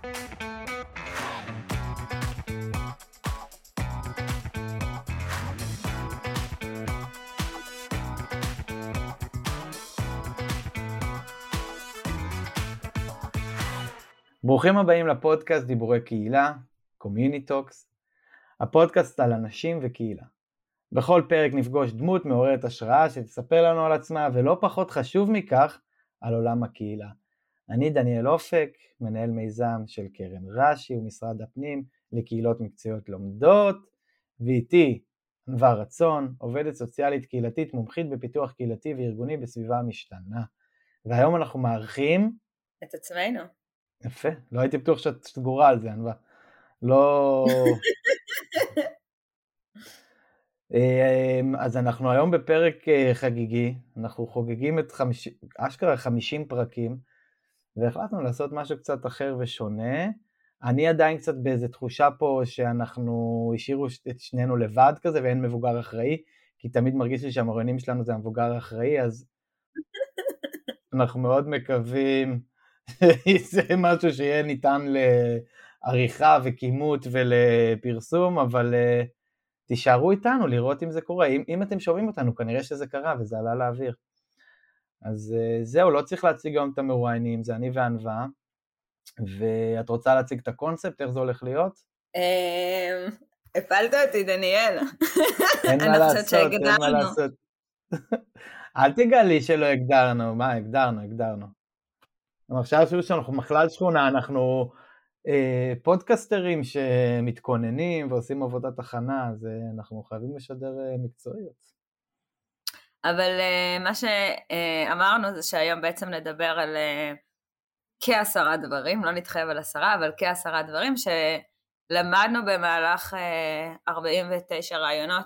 ברוכים הבאים לפודקאסט דיבורי קהילה, Community Talks, הפודקאסט על אנשים וקהילה. בכל פרק נפגוש דמות מעוררת השראה שתספר לנו על עצמה, ולא פחות חשוב מכך, על עולם הקהילה. אני דניאל אופק, מנהל מיזם של קרן רש"י ומשרד הפנים לקהילות מקצועיות לומדות, ואיתי ענווה רצון, עובדת סוציאלית קהילתית, מומחית בפיתוח קהילתי וארגוני בסביבה המשתנה. והיום אנחנו מארחים את עצמנו. יפה, לא הייתי בטוח שאת סגורה על זה, ענווה. לא... אז אנחנו היום בפרק חגיגי, אנחנו חוגגים את אשכרה 50 פרקים, והחלטנו לעשות משהו קצת אחר ושונה. אני עדיין קצת באיזו תחושה פה שאנחנו השאירו את שנינו לבד כזה, ואין מבוגר אחראי, כי תמיד מרגיש לי שהמרואיינים שלנו זה המבוגר האחראי, אז אנחנו מאוד מקווים זה משהו שיהיה ניתן לעריכה וכימות ולפרסום, אבל תישארו איתנו לראות אם זה קורה. אם אתם שומעים אותנו, כנראה שזה קרה וזה עלה לאוויר. אז זהו, לא צריך להציג גם את המרואיינים, זה אני וענווה. ואת רוצה להציג את הקונספט, איך זה הולך להיות? הפלת אותי, דניאל. אין מה לעשות, אין מה לעשות. אל תגלי שלא הגדרנו, מה, הגדרנו. עכשיו אפילו שאנחנו מכלל שכונה, אנחנו פודקסטרים שמתכוננים ועושים עבודת הכנה, אז אנחנו חייבים לשדר מקצועיות. אבל מה שאמרנו זה שהיום בעצם נדבר על כ10 דברים, לא נתחייב על 10, אבל כ10 דברים שלמדנו במהלך 49 רעיונות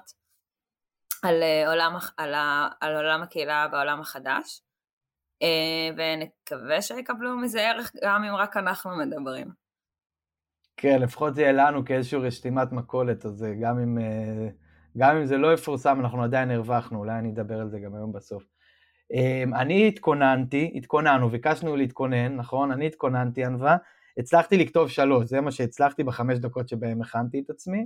על עולם הקהילה בעולם החדש. ונקווה שיקבלו מזה ערך גם אם רק אנחנו מדברים. כן, לפחות זה יהיה לנו כאיזשהו רשתימת מכולת, אז גם אם זה לא יפורסם, אנחנו עדיין הרווחנו, אולי אני אדבר על זה גם היום בסוף. אני התכוננו, ביקשנו להתכונן, נכון? אני התכוננתי, ענווה, הצלחתי לכתוב 3, זה מה שהצלחתי ב5 דקות שבהם הכנתי את עצמי.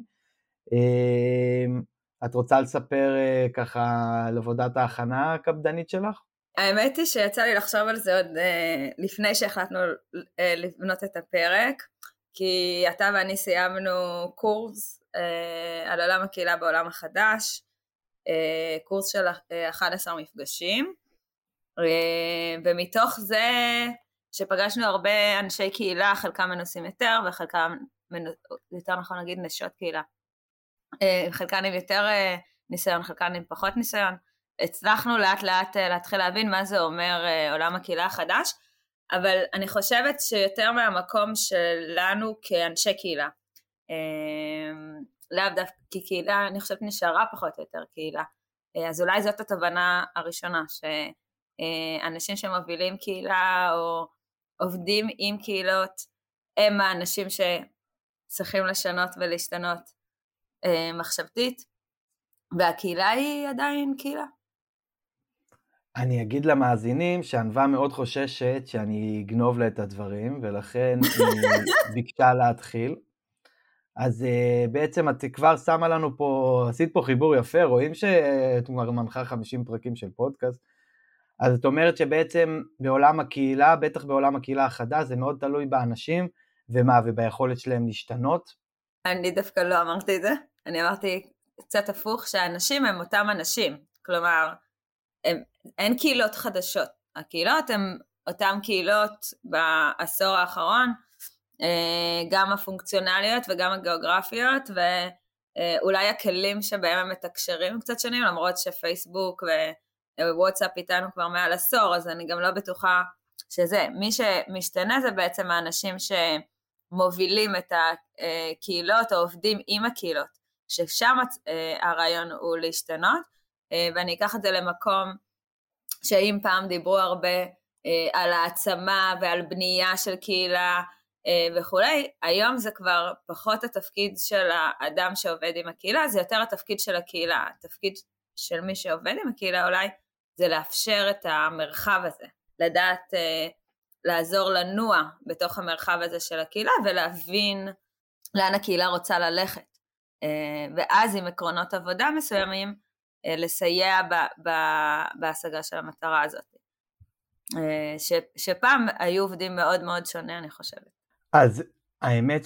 את רוצה לספר ככה על עבודת ההכנה הקפדנית שלך? האמת היא שיצא לי לחשוב על זה עוד לפני שהחלטנו לבנות את הפרק, כי אתה ואני סיימנו קורס על עולם הקהילה בעולם החדש, קורס של 11 מפגשים, ומתוך זה שפגשנו הרבה אנשי קהילה, חלקם מנוסים יותר וחלקם, יותר נכון להגיד, נשות קהילה, חלקם עם יותר ניסיון, חלקם עם פחות ניסיון, הצלחנו לאט לאט להתחיל להבין מה זה אומר עולם הקהילה החדש, אבל אני חושבת שיותר מהמקום שלנו כאנשי קהילה, לאו דווקא כי קהילה, אני חושבת נשארה פחות או יותר קהילה, אז אולי זאת התובנה הראשונה, שאנשים שמובילים קהילה או עובדים עם קהילות, הם האנשים שצריכים לשנות ולהשתנות מחשבתית, והקהילה היא עדיין קהילה. אני אגיד למאזינים שענווה מאוד חוששת שאני אגנוב לה את הדברים, ולכן היא ביקשה להתחיל. אז בעצם את כבר שמה לנו פה, עשית פה חיבור יפה, רואים שאת מנחה 50 פרקים של פודקאסט, אז את אומרת שבעצם בעולם הקהילה, בטח בעולם הקהילה החדש, זה מאוד תלוי באנשים, וביכולת שלהם להשתנות. אני דווקא לא אמרתי את זה, אני אמרתי קצת הפוך, שהאנשים הם אותם אנשים, כלומר, אין קהילות חדשות, הקהילות הן אותן קהילות בעשור האחרון, גם הפונקציונליות וגם הגיאוגרפיות, ואולי הכלים שבהם הם מתקשרים קצת שונים, למרות שפייסבוק ווואטסאפ איתנו כבר מעל עשור, אז אני גם לא בטוחה שזה, מי שמשתנה זה בעצם האנשים שמובילים את הקהילות, או עובדים עם הקהילות, ששם הרעיון הוא להשתנות, ואני אקח את זה למקום שאם פעם דיברו הרבה על העצמה ועל בנייה של קהילה וכולי, היום זה כבר פחות התפקיד של האדם שעובד עם הקהילה, זה יותר התפקיד של הקהילה, התפקיד של מי שעובד עם הקהילה אולי, זה לאפשר את המרחב הזה, לדעת לעזור לנוע בתוך המרחב הזה של הקהילה, ולהבין לאן הקהילה רוצה ללכת. ואז עם עקרונות עבודה מסוימים, לסייע בהשגה של המטרה הזאת. שפעם היו עובדים מאוד מאוד שונה, אני חושבת. אז האמת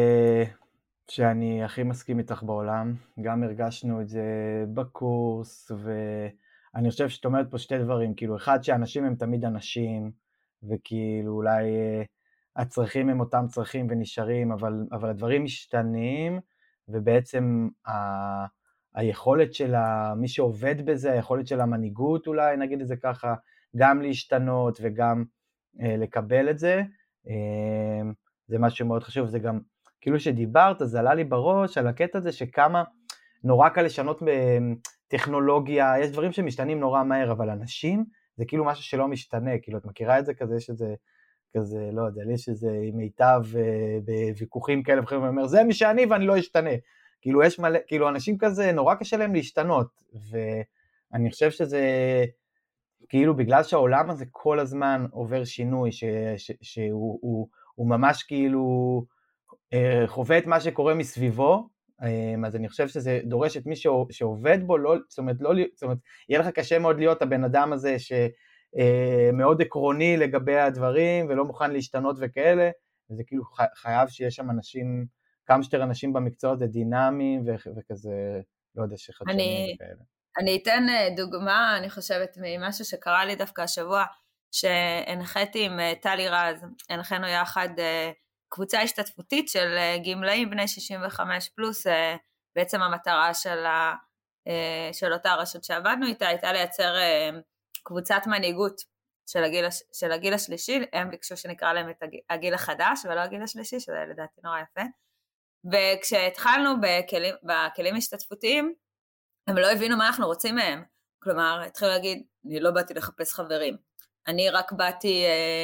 שאני הכי מסכים איתך בעולם, גם הרגשנו את זה בקורס, ואני חושב שאת אומרת פה שתי דברים, כאילו אחד שאנשים הם תמיד אנשים, וכאילו אולי הצרכים הם אותם צרכים ונשארים, אבל הדברים משתנים, ובעצם היכולת של מי שעובד בזה, היכולת של המנהיגות אולי, נגיד את זה ככה, גם להשתנות וגם לקבל את זה, זה משהו מאוד חשוב, זה גם, כאילו שדיברת, אז עלה לי בראש על הקטע הזה שכמה נורא קל לשנות בטכנולוגיה, יש דברים שמשתנים נורא מהר, אבל אנשים, זה כאילו משהו שלא משתנה, כאילו את מכירה את זה כזה, יש איזה, כזה, לא יודע, יש איזה מיטב בוויכוחים כאלה, ואומר, אומר, זה מי שאני ואני לא אשתנה, כאילו יש מלא, כאילו אנשים כזה, נורא קשה להם להשתנות, ואני חושב שזה, כאילו בגלל שהעולם הזה כל הזמן עובר שינוי, שהוא ממש כאילו חווה את מה שקורה מסביבו, אז אני חושב שזה דורש את מי שעובד בו, זאת אומרת, יהיה לך קשה מאוד להיות הבן אדם הזה שמאוד עקרוני לגבי הדברים, ולא מוכן להשתנות וכאלה, וזה כאילו חייב שיש שם אנשים, כמה שיותר אנשים במקצוע הזה דינמיים, וכזה, לא יודע, שחדשנים וכאלה. אני אתן דוגמה, אני חושבת, ממשהו שקרה לי דווקא השבוע, שהנחיתי עם טלי רז, הנחינו יחד קבוצה השתתפותית של גמלאים בני 65 פלוס, בעצם המטרה של אותה רשות שעבדנו איתה, הייתה לייצר קבוצת מנהיגות של הגיל השלישי, הם ביקשו שנקרא להם את הגיל החדש, ולא הגיל השלישי, שזה לדעתי נורא יפה, וכשהתחלנו בכלים השתתפותיים, הם לא הבינו מה אנחנו רוצים מהם, כלומר, התחילו להגיד, אני לא באתי לחפש חברים, אני רק באתי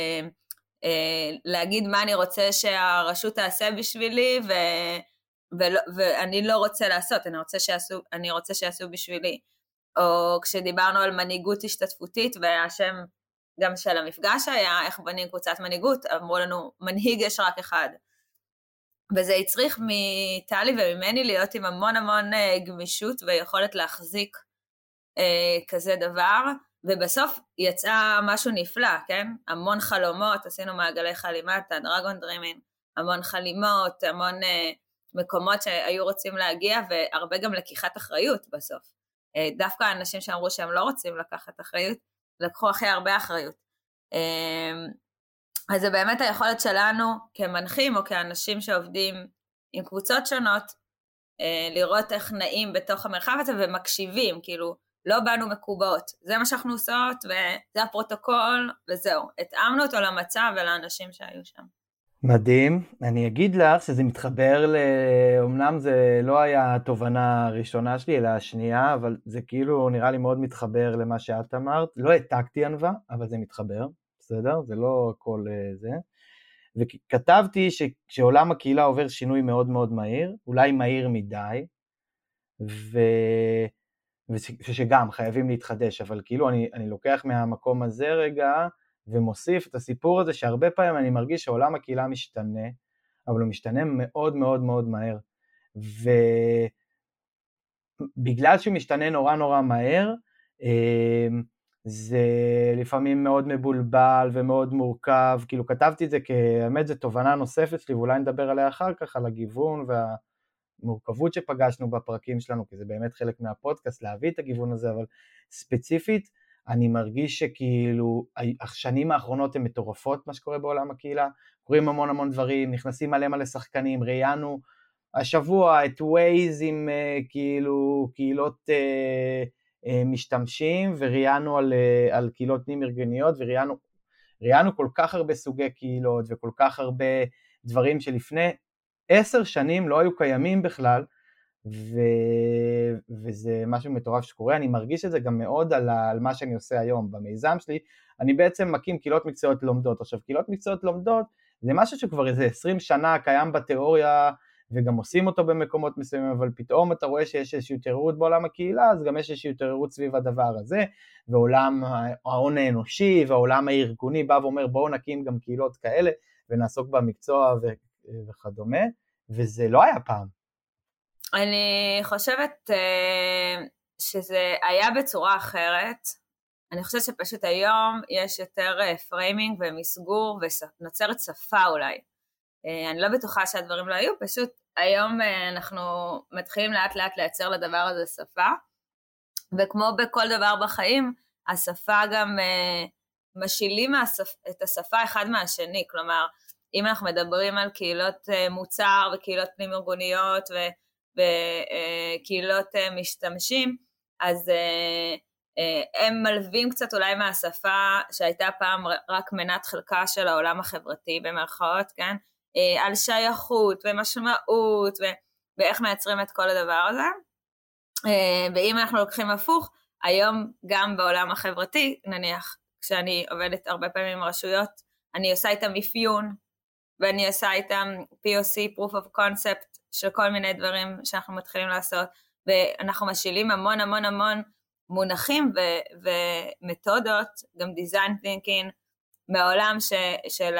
להגיד מה אני רוצה שהרשות תעשה בשבילי, ואני לא רוצה לעשות, אני רוצה שיעשו בשבילי, או כשדיברנו על מנהיגות השתתפותית, והשם גם של המפגש היה, איך בנים קבוצת מנהיגות, אמרו לנו, מנהיג יש רק אחד, וזה הצריך מטלי וממני להיות עם המון המון גמישות ויכולת להחזיק כזה דבר, ובסוף יצא משהו נפלא, כן? המון חלומות, עשינו מעגלי חלימת, הדרגון דרימין, המון חלימות, המון מקומות שהיו רוצים להגיע, והרבה גם לקיחת אחריות בסוף. דווקא האנשים שאמרו שהם לא רוצים לקחת אחריות, לקחו הכי הרבה אחריות. אז זה באמת היכולת שלנו כמנחים או כאנשים שעובדים עם קבוצות שונות, לראות איך נעים בתוך המרחב הזה ומקשיבים, כאילו לא באנו מקובעות, זה מה שאנחנו עושות וזה הפרוטוקול וזהו, התאמנו אותו למצב ולאנשים שהיו שם. מדהים, אני אגיד לך שזה מתחבר, אמנם זה לא היה התובנה הראשונה שלי אלא השנייה, אבל זה כאילו נראה לי מאוד מתחבר למה שאת אמרת, לא העתקתי ענווה, אבל זה מתחבר. בסדר? זה לא הכל זה. וכתבתי שעולם הקהילה עובר שינוי מאוד מאוד מהיר, אולי מהיר מדי, ושגם חייבים להתחדש, אבל כאילו אני לוקח מהמקום הזה רגע, ומוסיף את הסיפור הזה שהרבה פעמים אני מרגיש שעולם הקהילה משתנה, אבל הוא משתנה מאוד מאוד מאוד מהר, ובגלל שהוא משתנה נורא נורא מהר, זה לפעמים מאוד מבולבל ומאוד מורכב, כאילו כתבתי את זה כאמת, זה תובנה נוספת שלי, ואולי נדבר עליה אחר כך, על הגיוון והמורכבות שפגשנו בפרקים שלנו, כי זה באמת חלק מהפודקאסט, להביא את הגיוון הזה, אבל ספציפית, אני מרגיש שכאילו, השנים האחרונות הן מטורפות, מה שקורה בעולם הקהילה, קוראים המון המון דברים, נכנסים מלא שחקנים, ראיינו השבוע את ווייז עם כאילו קהילות משתמשים, וראיינו על קהילות פנים ארגוניות, וראיינו כל כך הרבה סוגי קהילות, וכל כך הרבה דברים שלפני 10 שנים לא היו קיימים בכלל, וזה משהו מטורף שקורה. אני מרגיש את זה גם מאוד על מה שאני עושה היום במיזם שלי, אני בעצם מקים קהילות מקצועיות לומדות. עכשיו, קהילות מקצועיות לומדות, זה משהו שכבר איזה 20 שנה קיים בתיאוריה, וגם עושים אותו במקומות מסוימים, אבל פתאום אתה רואה שיש איזושהי התעוררות בעולם הקהילה, אז גם יש איזושהי התעוררות סביב הדבר הזה, ועולם ההון האנושי והעולם הארגוני בא ואומר בואו נקים גם קהילות כאלה, ונעסוק במקצוע וכדומה, וזה לא היה פעם. אני חושבת שזה היה בצורה אחרת, אני חושבת שפשוט היום יש יותר פריימינג ומסגור ונוצרת שפה אולי. אני לא בטוחה שהדברים לא היו, פשוט היום אנחנו מתחילים לאט לאט לייצר לדבר הזה שפה, וכמו בכל דבר בחיים, השפה גם משילים את השפה אחד מהשני, כלומר, אם אנחנו מדברים על קהילות מוצר וקהילות פנים ארגוניות וקהילות משתמשים, אז הם מלווים קצת אולי מהשפה שהייתה פעם רק מנת חלקה של העולם החברתי במרכאות, כן? על שייכות ומשמעות ואיך מייצרים את כל הדבר הזה. ואם אנחנו לוקחים הפוך, היום גם בעולם החברתי, נניח כשאני עובדת הרבה פעמים עם רשויות, אני עושה איתם אפיון, ואני עושה איתם POC, Proof of Concept, של כל מיני דברים שאנחנו מתחילים לעשות, ואנחנו משילים המון המון המון מונחים ומתודות, גם design thinking, מהעולם של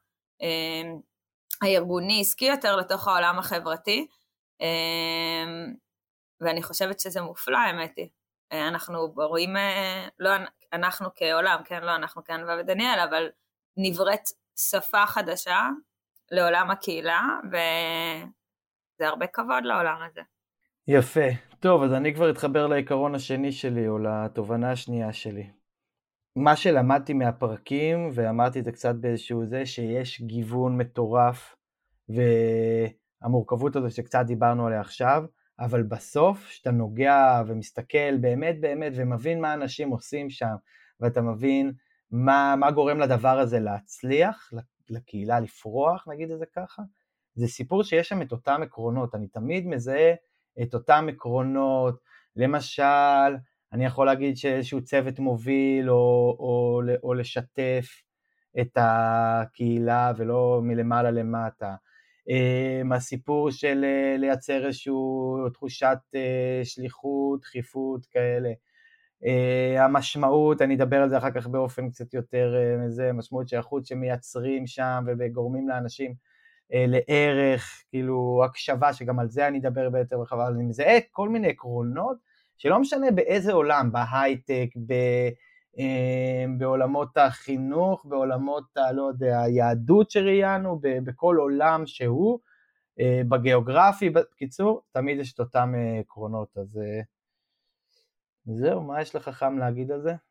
הארגוני עסקי יותר לתוך העולם החברתי, ואני חושבת שזה מופלא, האמת היא. אנחנו רואים, לא אנחנו כעולם, כן, לא אנחנו כאן ודניאל, אבל נבראת שפה חדשה לעולם הקהילה, וזה הרבה כבוד לעולם הזה. יפה. טוב, אז אני כבר אתחבר לעיקרון השני שלי, או לתובנה השנייה שלי. מה שלמדתי מהפרקים, ואמרתי את זה קצת באיזשהו זה, שיש גיוון מטורף, והמורכבות הזו שקצת דיברנו עליה עכשיו, אבל בסוף, שאתה נוגע ומסתכל באמת באמת, ומבין מה אנשים עושים שם, ואתה מבין מה גורם לדבר הזה להצליח, לקהילה לפרוח, נגיד את זה ככה, זה סיפור שיש שם את אותם עקרונות, אני תמיד מזהה את אותם עקרונות, למשל, אני יכול להגיד שאיזשהו צוות מוביל, או לשתף את הקהילה, ולא מלמעלה למטה, הסיפור של לייצר איזשהו תחושת שליחות, דחיפות כאלה, המשמעות, אני אדבר על זה אחר כך באופן קצת יותר, משמעות שייכות שמייצרים שם, וגורמים לאנשים לערך, כאילו הקשבה, שגם על זה אני אדבר ביותר רחבה, אבל אני מזהה כל מיני עקרונות, שלא משנה באיזה עולם, בהייטק, בעולמות החינוך, בעולמות, לא יודע, היהדות שראיינו, בכל עולם שהוא, בגיאוגרפי, בקיצור, תמיד יש את אותם עקרונות, אז זהו, מה יש לך חם להגיד על זה?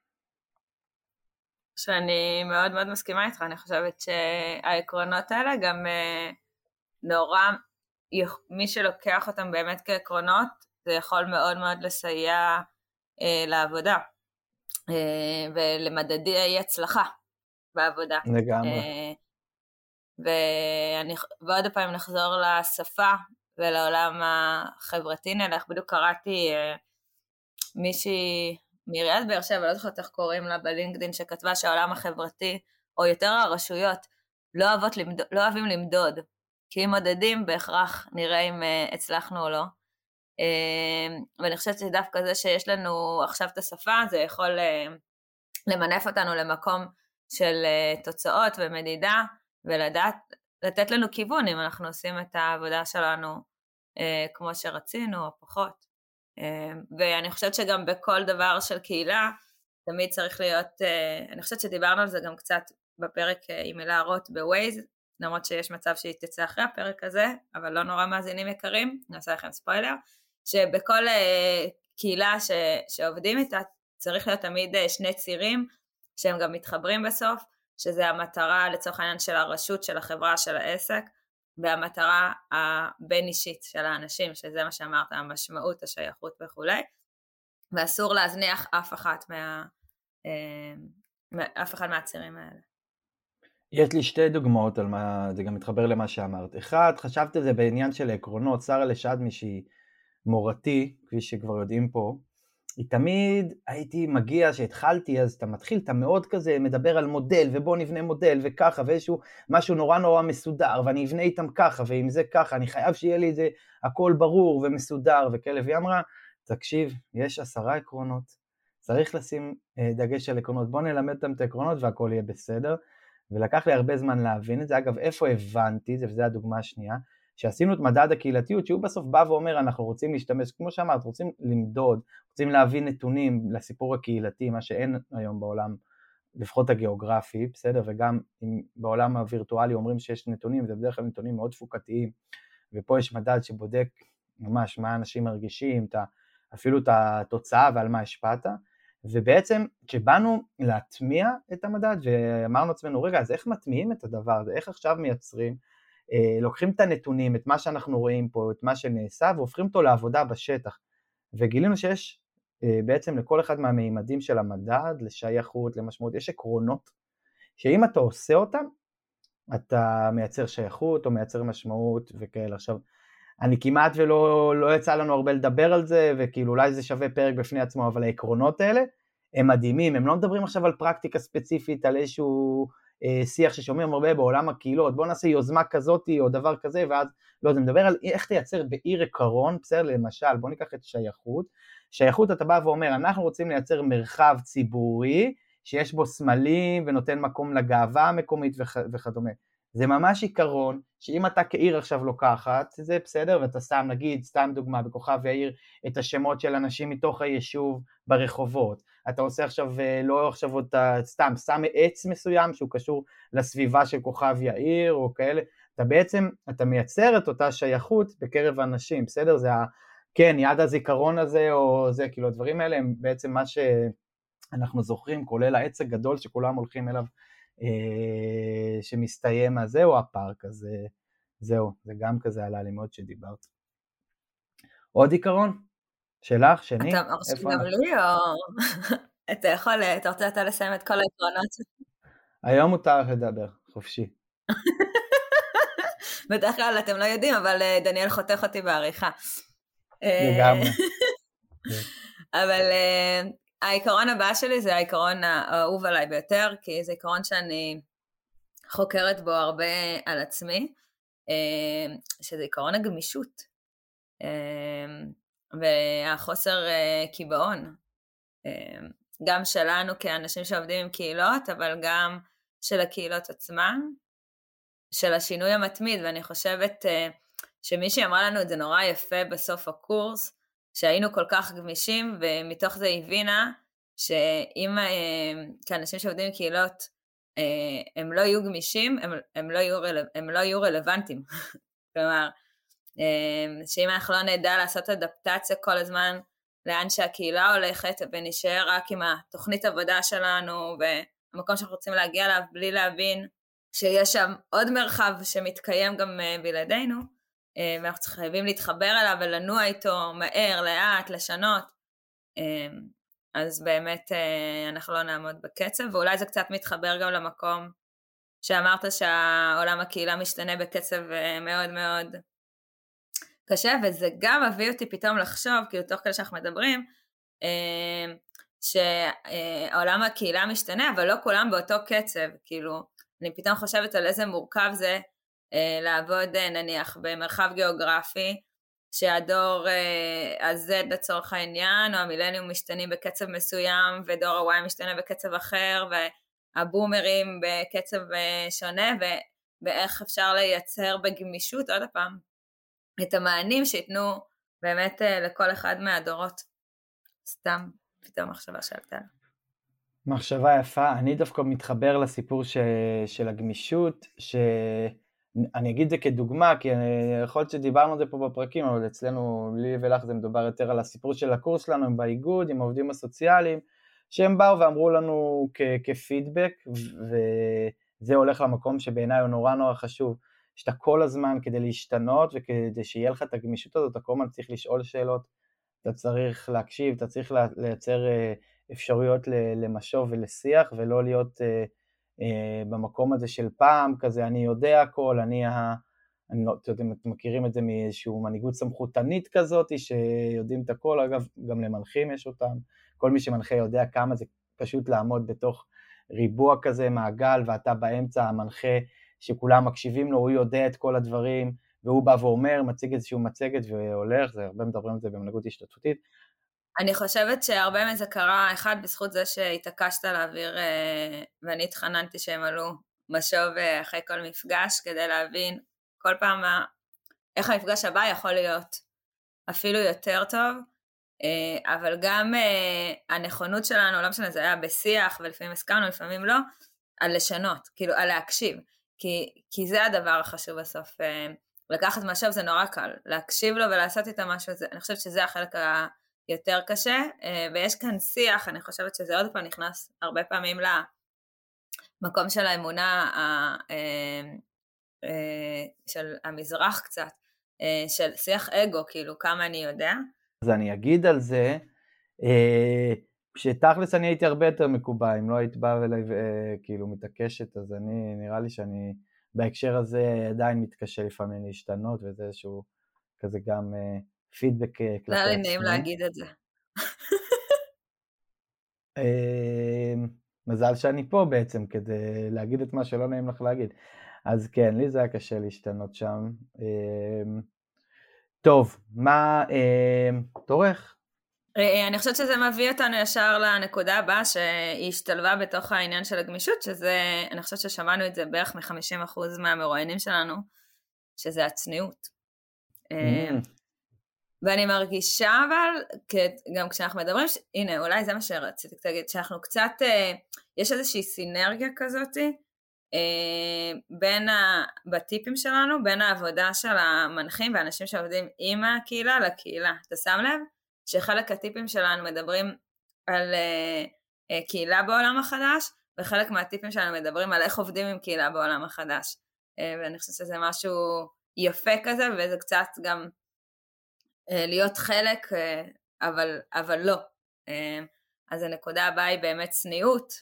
שאני מאוד מאוד מסכימה איתך, אני חושבת שהעקרונות האלה גם נורא, מי שלוקח אותם באמת כעקרונות, זה יכול מאוד מאוד לסייע לעבודה, ולמדדי הצלחה בעבודה. לגמרי. ועוד פעם נחזור לשפה ולעולם החברתי נלך, בדיוק קראתי מישהי מעיריית באר שבע, לא זוכרת איך קוראים לה בלינקדין, שכתבה שהעולם החברתי, או יותר הרשויות, לא אוהבים למדוד, כי אם מודדים בהכרח נראה אם הצלחנו או לא. ואני חושבת שדווקא זה שיש לנו עכשיו את השפה, זה יכול למנף אותנו למקום של תוצאות ומדידה, ולדעת, לתת לנו כיוון אם אנחנו עושים את העבודה שלנו כמו שרצינו או פחות. ואני חושבת שגם בכל דבר של קהילה, תמיד צריך להיות, אני חושבת שדיברנו על זה גם קצת בפרק עם מילה רוט בווייז, למרות שיש מצב שהיא תצא אחרי הפרק הזה, אבל לא נורא מאזינים יקרים, נעשה לכם ספוילר, שבכל קהילה שעובדים איתה, צריך להיות תמיד שני צירים, שהם גם מתחברים בסוף, שזה המטרה לצורך העניין של הרשות, של החברה, של העסק, והמטרה הבין אישית של האנשים, שזה מה שאמרת, המשמעות, השייכות וכו'. ואסור להזניח אף אחד מהצירים האלה. יש לי שתי דוגמאות על מה, זה גם מתחבר למה שאמרת. אחד, חשבתי על זה בעניין של עקרונות, שרה לשדמי שהיא מורתי, כפי שכבר יודעים פה, תמיד הייתי מגיע, שהתחלתי, אז אתה מתחיל, אתה מאוד כזה מדבר על מודל, ובוא נבנה מודל, וככה, ואיזשהו משהו נורא נורא מסודר, ואני אבנה איתם ככה, ועם זה ככה, אני חייב שיהיה לי זה הכל ברור ומסודר, וכאלה, והיא אמרה, תקשיב, יש 10 עקרונות, צריך לשים דגש על עקרונות, בוא נלמד אותם את העקרונות, והכל יהיה בסדר, ולקח לי הרבה זמן להבין את זה. אגב, איפה הבנתי זה, וזו הדוגמה השנייה, שעשינו את מדד הקהילתיות, שהוא בסוף בא ואומר, אנחנו רוצים להשתמש, כמו שאמרת, רוצים למדוד, רוצים להביא נתונים לסיפור הקהילתי, מה שאין היום בעולם, לפחות הגיאוגרפי, בסדר, וגם אם בעולם הווירטואלי אומרים שיש נתונים, זה בדרך כלל נתונים מאוד תפוקתיים, ופה יש מדד שבודק ממש מה אנשים מרגישים, אפילו את התוצאה ועל מה השפעת, ובעצם כשבאנו להטמיע את המדד, ואמרנו עצמנו, רגע, אז איך מטמיעים את הדבר הזה, איך עכשיו מייצרים, לוקחים את הנתונים, את מה שאנחנו רואים פה, את מה שנעשה, והופכים אותו לעבודה בשטח, וגילינו שיש בעצם לכל אחד מהמימדים של המדד, לשייכות, למשמעות, יש עקרונות, שאם אתה עושה אותם, אתה מייצר שייכות, או מייצר משמעות, וכאלה. עכשיו, אני כמעט ולא יצא לנו הרבה לדבר על זה, וכאילו אולי זה שווה פרק בפני עצמו, אבל העקרונות האלה, הם מדהימים, הם לא מדברים עכשיו על פרקטיקה ספציפית, על איזשהו שיח ששומעים הרבה בעולם הקהילות, בוא נעשה יוזמה כזאת או דבר כזה, ואז לא, זה מדבר על איך תייצר בעיר עקרון, בסדר, למשל, בוא ניקח את שייכות, שייכות אתה בא ואומר, אנחנו רוצים לייצר מרחב ציבורי, שיש בו סמלים ונותן מקום לגאווה המקומית וכדומה, זה ממש עיקרון, שאם אתה כעיר עכשיו לוקחת, זה בסדר, ואתה שם, נגיד, סתם דוגמה, בכוכב יאיר, את השמות של אנשים מתוך היישוב ברחובות, אתה עושה עכשיו, לא עכשיו אתה סתם, שם עץ מסוים, שהוא קשור לסביבה של כוכב יאיר, או כאלה, אתה בעצם, אתה מייצר את אותה שייכות בקרב האנשים, בסדר? זה כן, יד הזיכרון הזה, או זה, כאילו, הדברים האלה, הם בעצם מה שאנחנו זוכרים, כולל העץ הגדול שכולם הולכים אליו, שמסתיים הזה או הפארק, אז זהו, זה גם כזה עלה לי מאוד שדיברת. עוד עיקרון? שלך, שני? אתה מרשים גם לי או... אתה רוצה לסיים את כל העקרונות? היום מותר לדבר, חופשי. בדרך כלל אתם לא יודעים, אבל דניאל חותך אותי בעריכה. לגמרי. אבל העיקרון הבא שלי זה העיקרון האהוב עליי ביותר, כי זה עיקרון שאני חוקרת בו הרבה על עצמי, שזה עיקרון הגמישות, והחוסר קיבעון, גם שלנו כאנשים שעובדים עם קהילות, אבל גם של הקהילות עצמן, של השינוי המתמיד, ואני חושבת שמישהי אמרה לנו את זה נורא יפה בסוף הקורס, שהיינו כל כך גמישים, ומתוך זה הבינה שאם כאנשים שעובדים עם קהילות, הם לא יהיו גמישים, הם לא יהיו רלוונטיים. כלומר, שאם אנחנו לא נדע לעשות אדפטציה כל הזמן, לאן שהקהילה הולכת, ונשאר רק עם התוכנית עבודה שלנו, והמקום שאנחנו רוצים להגיע אליו, בלי להבין שיש שם עוד מרחב שמתקיים גם בלעדינו, ואנחנו חייבים להתחבר אליו ולנוע איתו מהר, לאט, לשנות, אז באמת אנחנו לא נעמוד בקצב, ואולי זה קצת מתחבר גם למקום שאמרת שהעולם הקהילה משתנה בקצב מאוד מאוד קשה, וזה גם הביא אותי פתאום לחשוב, כאילו תוך כדי שאנחנו מדברים, שהעולם הקהילה משתנה, אבל לא כולם באותו קצב, כאילו אני פתאום חושבת על איזה מורכב זה לעבוד נניח במרחב גיאוגרפי, שהדור ה-Z לצורך העניין, או המילניום משתנים בקצב מסוים, ודור ה-Y משתנה בקצב אחר, והבומרים בקצב שונה, ואיך אפשר לייצר בגמישות, עוד הפעם, את המענים שיתנו באמת לכל אחד מהדורות. סתם, פתאום מחשבה שעלתה. מחשבה יפה, אני דווקא מתחבר לסיפור של הגמישות, אני אגיד זה כדוגמה, כי יכול להיות שדיברנו על זה פה בפרקים, אבל אצלנו, לי ולך זה מדובר יותר על הסיפור של הקורס שלנו, באיגוד, עם העובדים הסוציאליים, שהם באו ואמרו לנו כפידבק, וזה הולך למקום שבעיניי הוא נורא נורא חשוב, שאתה כל הזמן כדי להשתנות, וכדי שיהיה לך את הגמישות הזאת, אתה כל הזמן צריך לשאול שאלות, אתה צריך להקשיב, אתה צריך לייצר אפשרויות למשוב ולשיח, ולא להיות במקום הזה של פעם, כזה אני יודע הכל, אני לא יודעת אם אתם מכירים את זה מאיזשהו מנהיגות סמכותנית כזאת, שיודעים את הכל, אגב, גם למנחים יש אותם, כל מי שמנחה יודע כמה זה פשוט לעמוד בתוך ריבוע כזה, מעגל, ואתה באמצע המנחה, שכולם מקשיבים לו, הוא יודע את כל הדברים, והוא בא ואומר, מציג איזשהו מצגת והולך, זה הרבה מדברים על זה במנהיגות השתתפותית. אני חושבת שהרבה מזה קרה, אחד בזכות זה שהתעקשת להעביר, ואני התחננתי שהם עלו משוב אחרי כל מפגש, כדי להבין כל פעם איך המפגש הבא יכול להיות אפילו יותר טוב, אבל גם הנכונות שלנו, לא משנה, זה היה בשיח, ולפעמים הסכמנו, לפעמים לא, על לשנות, כאילו על להקשיב, כי זה הדבר החשוב בסוף, לקחת משוב זה נורא קל, להקשיב לו ולעשות איתו משהו, אני חושבת שזה החלק היותר קשה, ויש כאן שיח, אני חושבת שזה עוד פעם נכנס הרבה פעמים למקום של האמונה של המזרח קצת, של שיח אגו, כאילו כמה אני יודע. אז אני אגיד על זה, שתכלס אני הייתי הרבה יותר מקובע, אם לא היית באה אליי כאילו מתעקשת, אז נראה לי שאני בהקשר הזה עדיין מתקשה לפעמים להשתנות, וזה איזשהו כזה גם פידבק כלפי עצמי. לא לי נעים להגיד את זה. מזל שאני פה בעצם, כדי להגיד את מה שלא נעים לך להגיד. אז כן, לי זה היה קשה להשתנות שם. טוב, מה תורך? אני חושבת שזה מביא אותנו ישר לנקודה הבאה שהיא השתלבה בתוך העניין של הגמישות, שזה, אני חושבת ששמענו את זה בערך מ-50% מהמרואיינים שלנו, שזה הצניעות. ואני מרגישה אבל, גם כשאנחנו מדברים, הנה אולי זה מה שרציתי להגיד, שאנחנו קצת, יש איזושהי סינרגיה כזאת, בטיפים שלנו, בין העבודה של המנחים ואנשים שעובדים עם הקהילה לקהילה. אתה שם לב שחלק הטיפים שלנו מדברים על קהילה בעולם החדש, וחלק מהטיפים שלנו מדברים על איך עובדים עם קהילה בעולם החדש. ואני חושבת שזה משהו יפה כזה, וזה קצת גם להיות חלק, אבל לא. אז הנקודה הבאה היא באמת צניעות,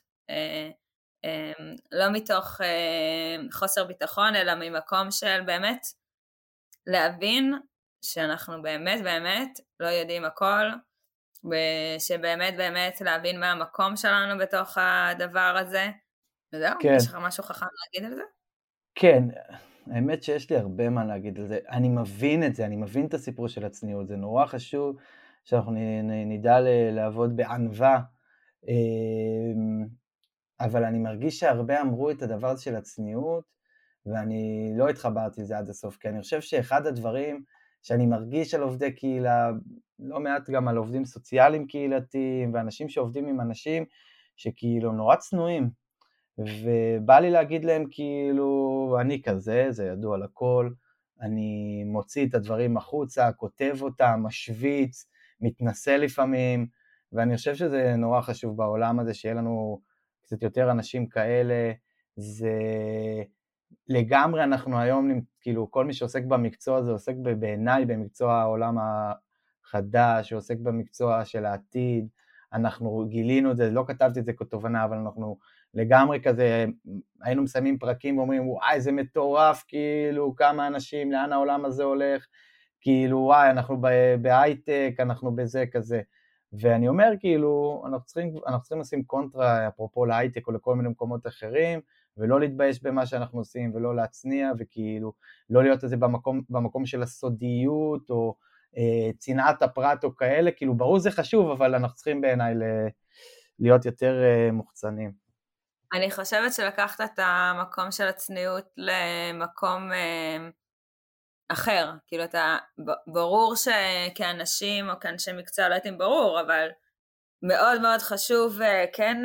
לא מתוך חוסר ביטחון, אלא ממקום של באמת להבין שאנחנו באמת באמת לא יודעים הכל, ושבאמת באמת להבין מה המקום שלנו בתוך הדבר הזה. וזהו, כן. יש לך משהו חכם להגיד על זה? כן, האמת שיש לי הרבה מה להגיד על זה. אני מבין את זה, אני מבין את הסיפור של הצניעות, זה נורא חשוב שאנחנו נדע לעבוד בענווה, אבל אני מרגיש שהרבה אמרו את הדבר של הצניעות, ואני לא התחברתי לזה עד הסוף, כי אני חושב שאחד הדברים שאני מרגיש על עובדי קהילה, לא מעט גם על עובדים סוציאליים קהילתיים, ואנשים שעובדים עם אנשים שכאילו נורא צנועים, ובא לי להגיד להם כאילו, אני כזה, זה ידוע לכל, אני מוציא את הדברים החוצה, כותב אותם, משוויץ, מתנסה לפעמים, ואני חושב שזה נורא חשוב בעולם הזה, שיהיה לנו קצת יותר אנשים כאלה, זה לגמרי אנחנו היום, כאילו כל מי שעוסק במקצוע הזה, עוסק בעיניי במקצוע העולם החדש, שעוסק במקצוע של העתיד, אנחנו גילינו את זה, לא כתבתי את זה כתובנה, אבל אנחנו לגמרי כזה, היינו מסיימים פרקים ואומרים, וואי זה מטורף, כאילו כמה אנשים, לאן העולם הזה הולך, כאילו וואי אנחנו בהייטק, אנחנו בזה כזה, ואני אומר כאילו, אנחנו צריכים לשים קונטרה, אפרופו להייטק או לכל מיני מקומות אחרים, ולא להתבייש במה שאנחנו עושים, ולא להצניע, וכאילו לא להיות את זה במקום של הסודיות, או צנעת הפרט או כאלה, כאילו ברור זה חשוב, אבל אנחנו צריכים בעיניי להיות יותר מוחצנים. אני חושבת שלקחת את המקום של הצניעות למקום אחר, כאילו אתה, ברור שכאנשים או כאנשי מקצוע לא הייתם ברור, אבל מאוד מאוד חשוב, כן,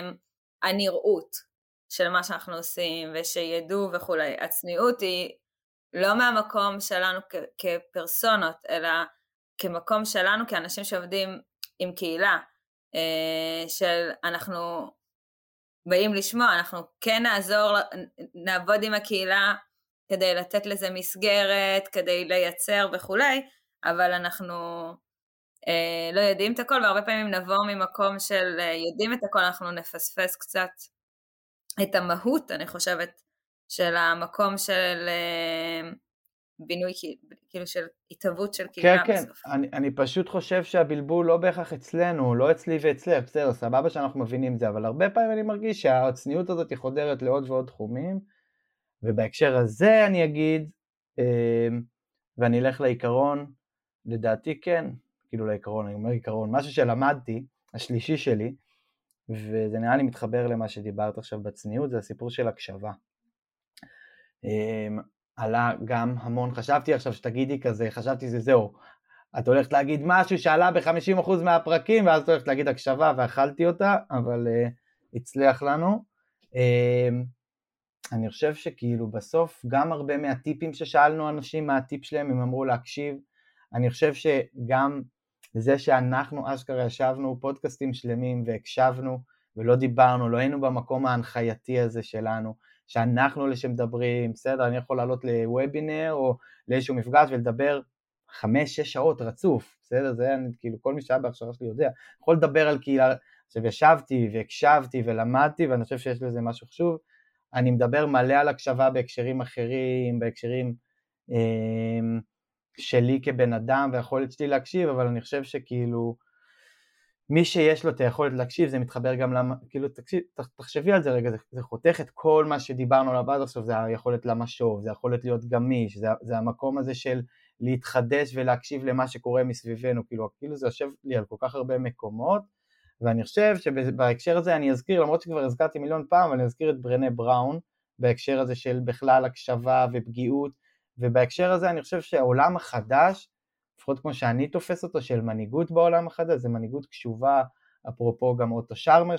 הנראות של מה שאנחנו עושים, ושידעו וכולי. הצניעות היא לא מהמקום שלנו כפרסונות, אלא כמקום שלנו כאנשים שעובדים עם קהילה, של אנחנו באים לשמוע, אנחנו כן נעבוד עם הקהילה, כדי לתת לזה מסגרת, כדי לייצר וכולי, אבל אנחנו לא יודעים את הכל, והרבה פעמים נבוא ממקום של יודעים את הכל, אנחנו נפספס קצת את המהות, אני חושבת, של המקום של בינוי כאילו של התהוות של כן, קהילה כן, בסוף. אני פשוט חושב שהבלבול לא בהכרח אצלנו, לא אצלי ואצלך, בסדר, סבבה שאנחנו מבינים את זה, אבל הרבה פעמים אני מרגיש שהצניעות הזאת היא חודרת לעוד ועוד תחומים, ובהקשר הזה אני אגיד, ואני אלך לעיקרון, לדעתי כן, כאילו לעיקרון, אני אומר עיקרון, משהו שלמדתי, השלישי שלי, וזה נראה לי מתחבר למה שדיברת עכשיו בצניעות, זה הסיפור של הקשבה. עלה גם המון, חשבתי עכשיו שתגידי כזה, חשבתי זהו, את הולכת להגיד משהו שעלה ב-50% מהפרקים, ואז את הולכת להגיד הקשבה, ואכלתי אותה, אבל הצליח לנו. אני חושב שכאילו בסוף, גם הרבה מהטיפים ששאלנו אנשים, מה הטיפ שלהם, הם אמרו להקשיב, אני חושב שגם זה שאנחנו אשכרה ישבנו פודקאסטים שלמים, והקשבנו, ולא דיברנו, לא היינו במקום ההנחייתי הזה שלנו, שאנחנו אלה שמדברים, בסדר, אני יכול לעלות לוובינר, או לאיזשהו מפגש ולדבר 5-6 שעות רצוף, בסדר, זה כאילו כל מי שהיה בהכשרה שלי יודע, יכול לדבר על קהילה, עכשיו ישבתי והקשבתי ולמדתי, ואני חושב שיש לזה משהו חשוב, אני מדבר מלא על הקשבה בהקשרים אחרים, בהקשרים שלי כבן אדם, והיכולת שלי להקשיב, אבל אני חושב שכאילו, מי שיש לו את היכולת להקשיב, זה מתחבר גם למה, כאילו תחשבי על זה רגע, זה חותך את כל מה שדיברנו עליו עד עכשיו, זה היכולת למשוב, זה יכולת להיות גמיש, זה המקום הזה של להתחדש ולהקשיב למה שקורה מסביבנו, כאילו זה יושב לי על כל כך הרבה מקומות, ואני חושב שבהקשר הזה אני אזכיר, למרות שכבר הזכרתי מיליון פעם, אני אזכיר את ברנה בראון, בהקשר הזה של בכלל הקשבה ופגיעות, ובהקשר הזה אני חושב שהעולם החדש, לפחות כמו שאני תופס אותו, של מנהיגות בעולם החדש, זה מנהיגות קשובה, אפרופו גם אוטו שרמר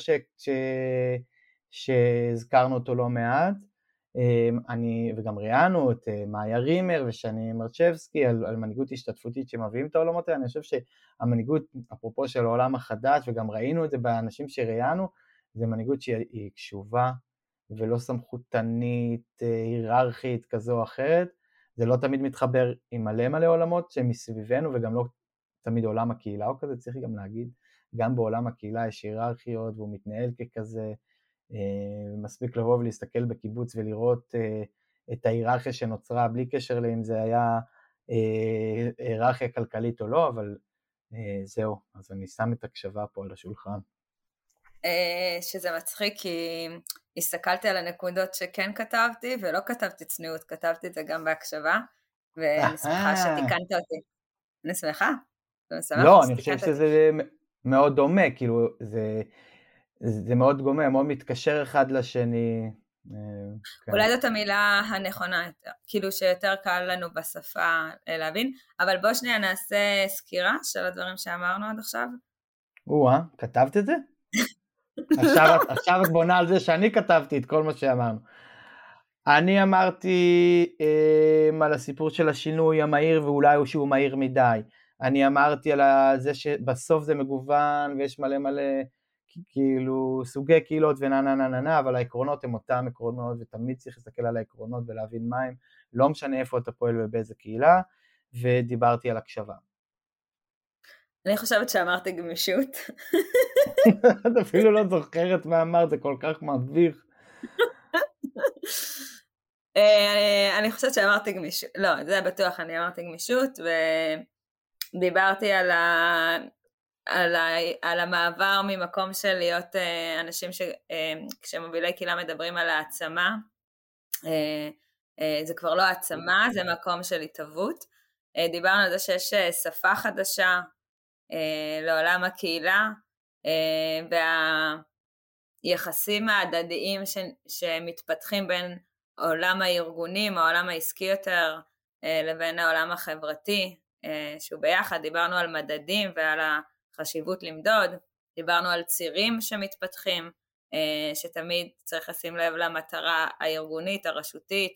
שהזכרנו אותו לא מעט, וגם ראיינו את מאיה רימר ושני מרצ'בסקי על מנהיגות השתתפותית שמביאים את העולמות האלה, אני חושב שהמנהיגות, אפרופו של העולם החדש, וגם ראינו את זה באנשים שראיינו, זה מנהיגות שהיא קשובה, ולא סמכותנית, היררכית כזו או אחרת, זה לא תמיד מתחבר עם מלא עולמות שמסביבנו, וגם לא תמיד עולם הקהילה או כזה, צריך גם להגיד, גם בעולם הקהילה יש היררכיות, והוא מתנהל ככזה, מספיק לבוא ולהסתכל בקיבוץ ולראות את ההיררכיה שנוצרה, בלי קשר לאם זה היה היררכיה כלכלית או לא, אבל זהו, אז אני שם את הקשבה פה על השולחן. שזה מצחיק, כי הסתכלתי על הנקודות שכן כתבתי, ולא כתבתי צניעות, כתבתי את זה גם בהקשבה, ואני שמחה שתיקנת אותי. אני שמחה. לא, אני חושב שזה מאוד דומה, כאילו זה מאוד דומה, מאוד מתקשר אחד לשני. אולי זאת המילה הנכונה יותר, כאילו שיותר קל לנו בשפה להבין, אבל בוא שנייה נעשה סקירה של הדברים שאמרנו עד עכשיו. כתבת את זה? עכשיו את בונה על זה שאני כתבתי את כל מה שאמרנו. אני אמרתי על הסיפור של השינוי המהיר, ואולי הוא שהוא מהיר מדי. אני אמרתי על זה שבסוף זה מגוון, ויש מלא כאילו סוגי קהילות וננה, אבל העקרונות הם אותם עקרונות, ותמיד צריך להסתכל על העקרונות ולהבין מה הם, לא משנה איפה אתה פועל ובאיזה קהילה, ודיברתי על הקשבה. אני חושבת שאמרתי גמישות. את אפילו לא זוכרת מה אמרת, זה כל כך מביך. אני חושבת שאמרתי גמישות, לא, זה בטוח, אני אמרתי גמישות, ודיברתי על המעבר ממקום של להיות אנשים כשמובילי קהילה מדברים על העצמה, זה כבר לא העצמה, זה מקום של התהוות. דיברנו על זה שיש שפה חדשה לעולם הקהילה, והיחסים ההדדיים שמתפתחים בין העולם הארגונים, העולם העסקי יותר, לבין העולם החברתי, שהוא ביחד. דיברנו על מדדים ועל החשיבות למדוד, דיברנו על צירים שמתפתחים, שתמיד צריך לשים לב למטרה הארגונית, הרשותית,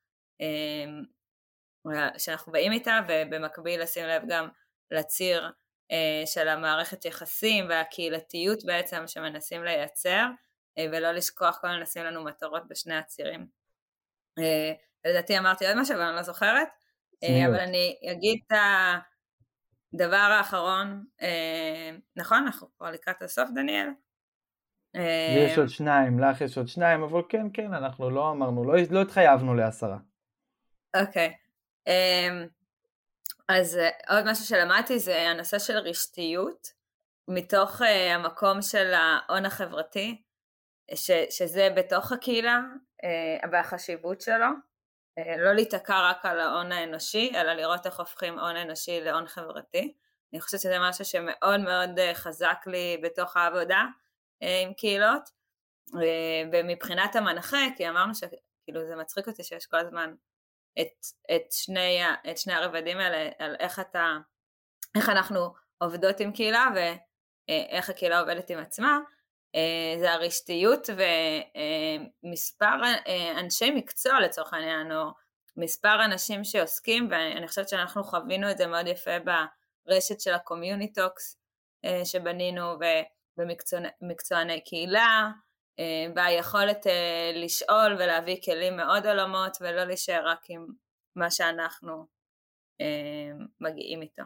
שאנחנו באים איתה, ובמקביל לשים לב גם לציר של המערכת יחסים והקהילתיות בעצם שמנסים לייצר, ולא לשכוח כל נשים לנו מטרות בשני הצירים. לדעתי אמרתי עוד משהו אבל אני לא זוכרת, אבל אני אגיד את הדבר האחרון, נכון? אנחנו כבר לקראת הסוף, דניאל? יש עוד שניים, לך יש עוד שניים, אבל כן, אנחנו לא אמרנו, לא התחייבנו ל10. אוקיי, אז עוד משהו שלמדתי זה הנושא של רשתיות, מתוך המקום של ההון החברתי, שזה בתוך הקהילה והחשיבות שלו, לא להתעקר רק על ההון האנושי, אלא לראות איך הופכים הון אנושי להון חברתי. אני חושבת שזה משהו שמאוד מאוד חזק לי בתוך העבודה עם קהילות, ומבחינת המנחה, כי אמרנו שכאילו זה מצחיק אותי שיש כל הזמן את שני הרבדים האלה, על איך אנחנו עובדות עם קהילה ואיך הקהילה עובדת עם עצמה. זה הרשתיות ומספר אנשי מקצוע לצורך העניין, או מספר אנשים שעוסקים, ואני חושבת שאנחנו חווינו את זה מאוד יפה ברשת של הקומיוניטוקס שבנינו, ובמקצועני קהילה, והיכולת לשאול ולהביא כלים מאוד עולמות, ולא להישאר רק עם מה שאנחנו מגיעים איתו.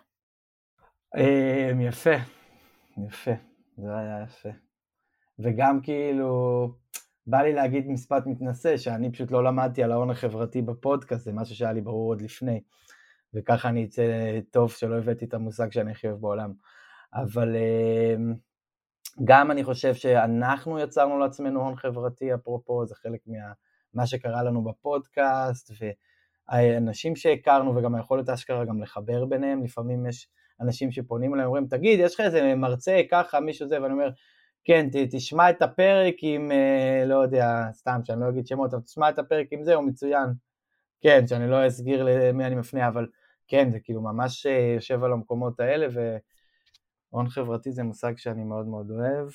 יפה, יפה, זה היה יפה. וגם כאילו, בא לי להגיד משפט מתנשא, שאני פשוט לא למדתי על ההון החברתי בפודקאסט, זה משהו שהיה לי ברור עוד לפני, וככה אני אצא טוב שלא הבאתי את המושג שאני הכי אוהב בעולם. אבל גם אני חושב שאנחנו יצרנו לעצמנו הון חברתי, אפרופו, זה חלק מה שקרה לנו בפודקאסט, והאנשים שהכרנו, וגם היכולת האשכרה גם לחבר ביניהם, לפעמים יש אנשים שפונים אליהם, אומרים, תגיד, יש לך איזה מרצה ככה, מישהו זה, ואני אומר, כן, תשמע את הפרק עם, לא יודע, סתם, שאני לא אגיד שמות, אבל תשמע את הפרק עם זה, הוא מצוין. כן, שאני לא אסגיר למי אני מפנה, אבל כן, זה כאילו ממש יושב על המקומות האלה, והון חברתי זה מושג שאני מאוד מאוד אוהב.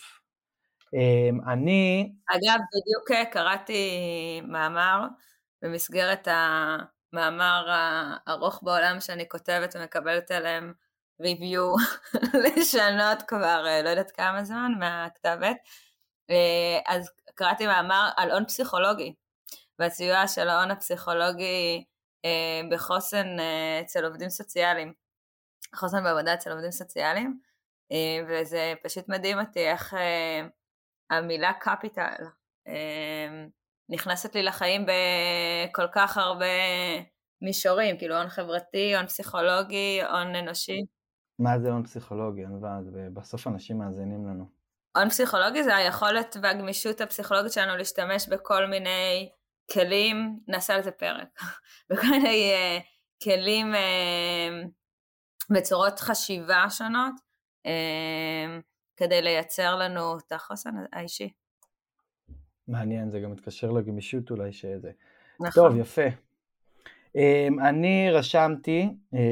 אגב, בדיוק קראתי מאמר, במסגרת המאמר הארוך בעולם שאני כותבת ומקבלת עליהם ריוויו לשנות כבר לא יודעת כמה זמן מהכתב עת, אז קראתי מאמר על הון פסיכולוגי, והסיוע של ההון הפסיכולוגי בחוסן אצל עובדים סוציאליים, חוסן בעבודה אצל עובדים סוציאליים, וזה פשוט מדהים אותי איך המילה קפיטל נכנסת לי לחיים בכל כך הרבה מישורים, כאילו הון חברתי, הון פסיכולוגי, הון אנושי. מה זה הון פסיכולוגי? בסוף אנשים מאזינים לנו. הון פסיכולוגי זה היכולת והגמישות הפסיכולוגית שלנו להשתמש בכל מיני כלים, נעשה לזה פרק, בכל מיני כלים בצורות חשיבה שונות, כדי לייצר לנו את החוסן האישי. מעניין, זה גם מתקשר לגמישות אולי שזה. נכון. טוב, יפה. אני רשמתי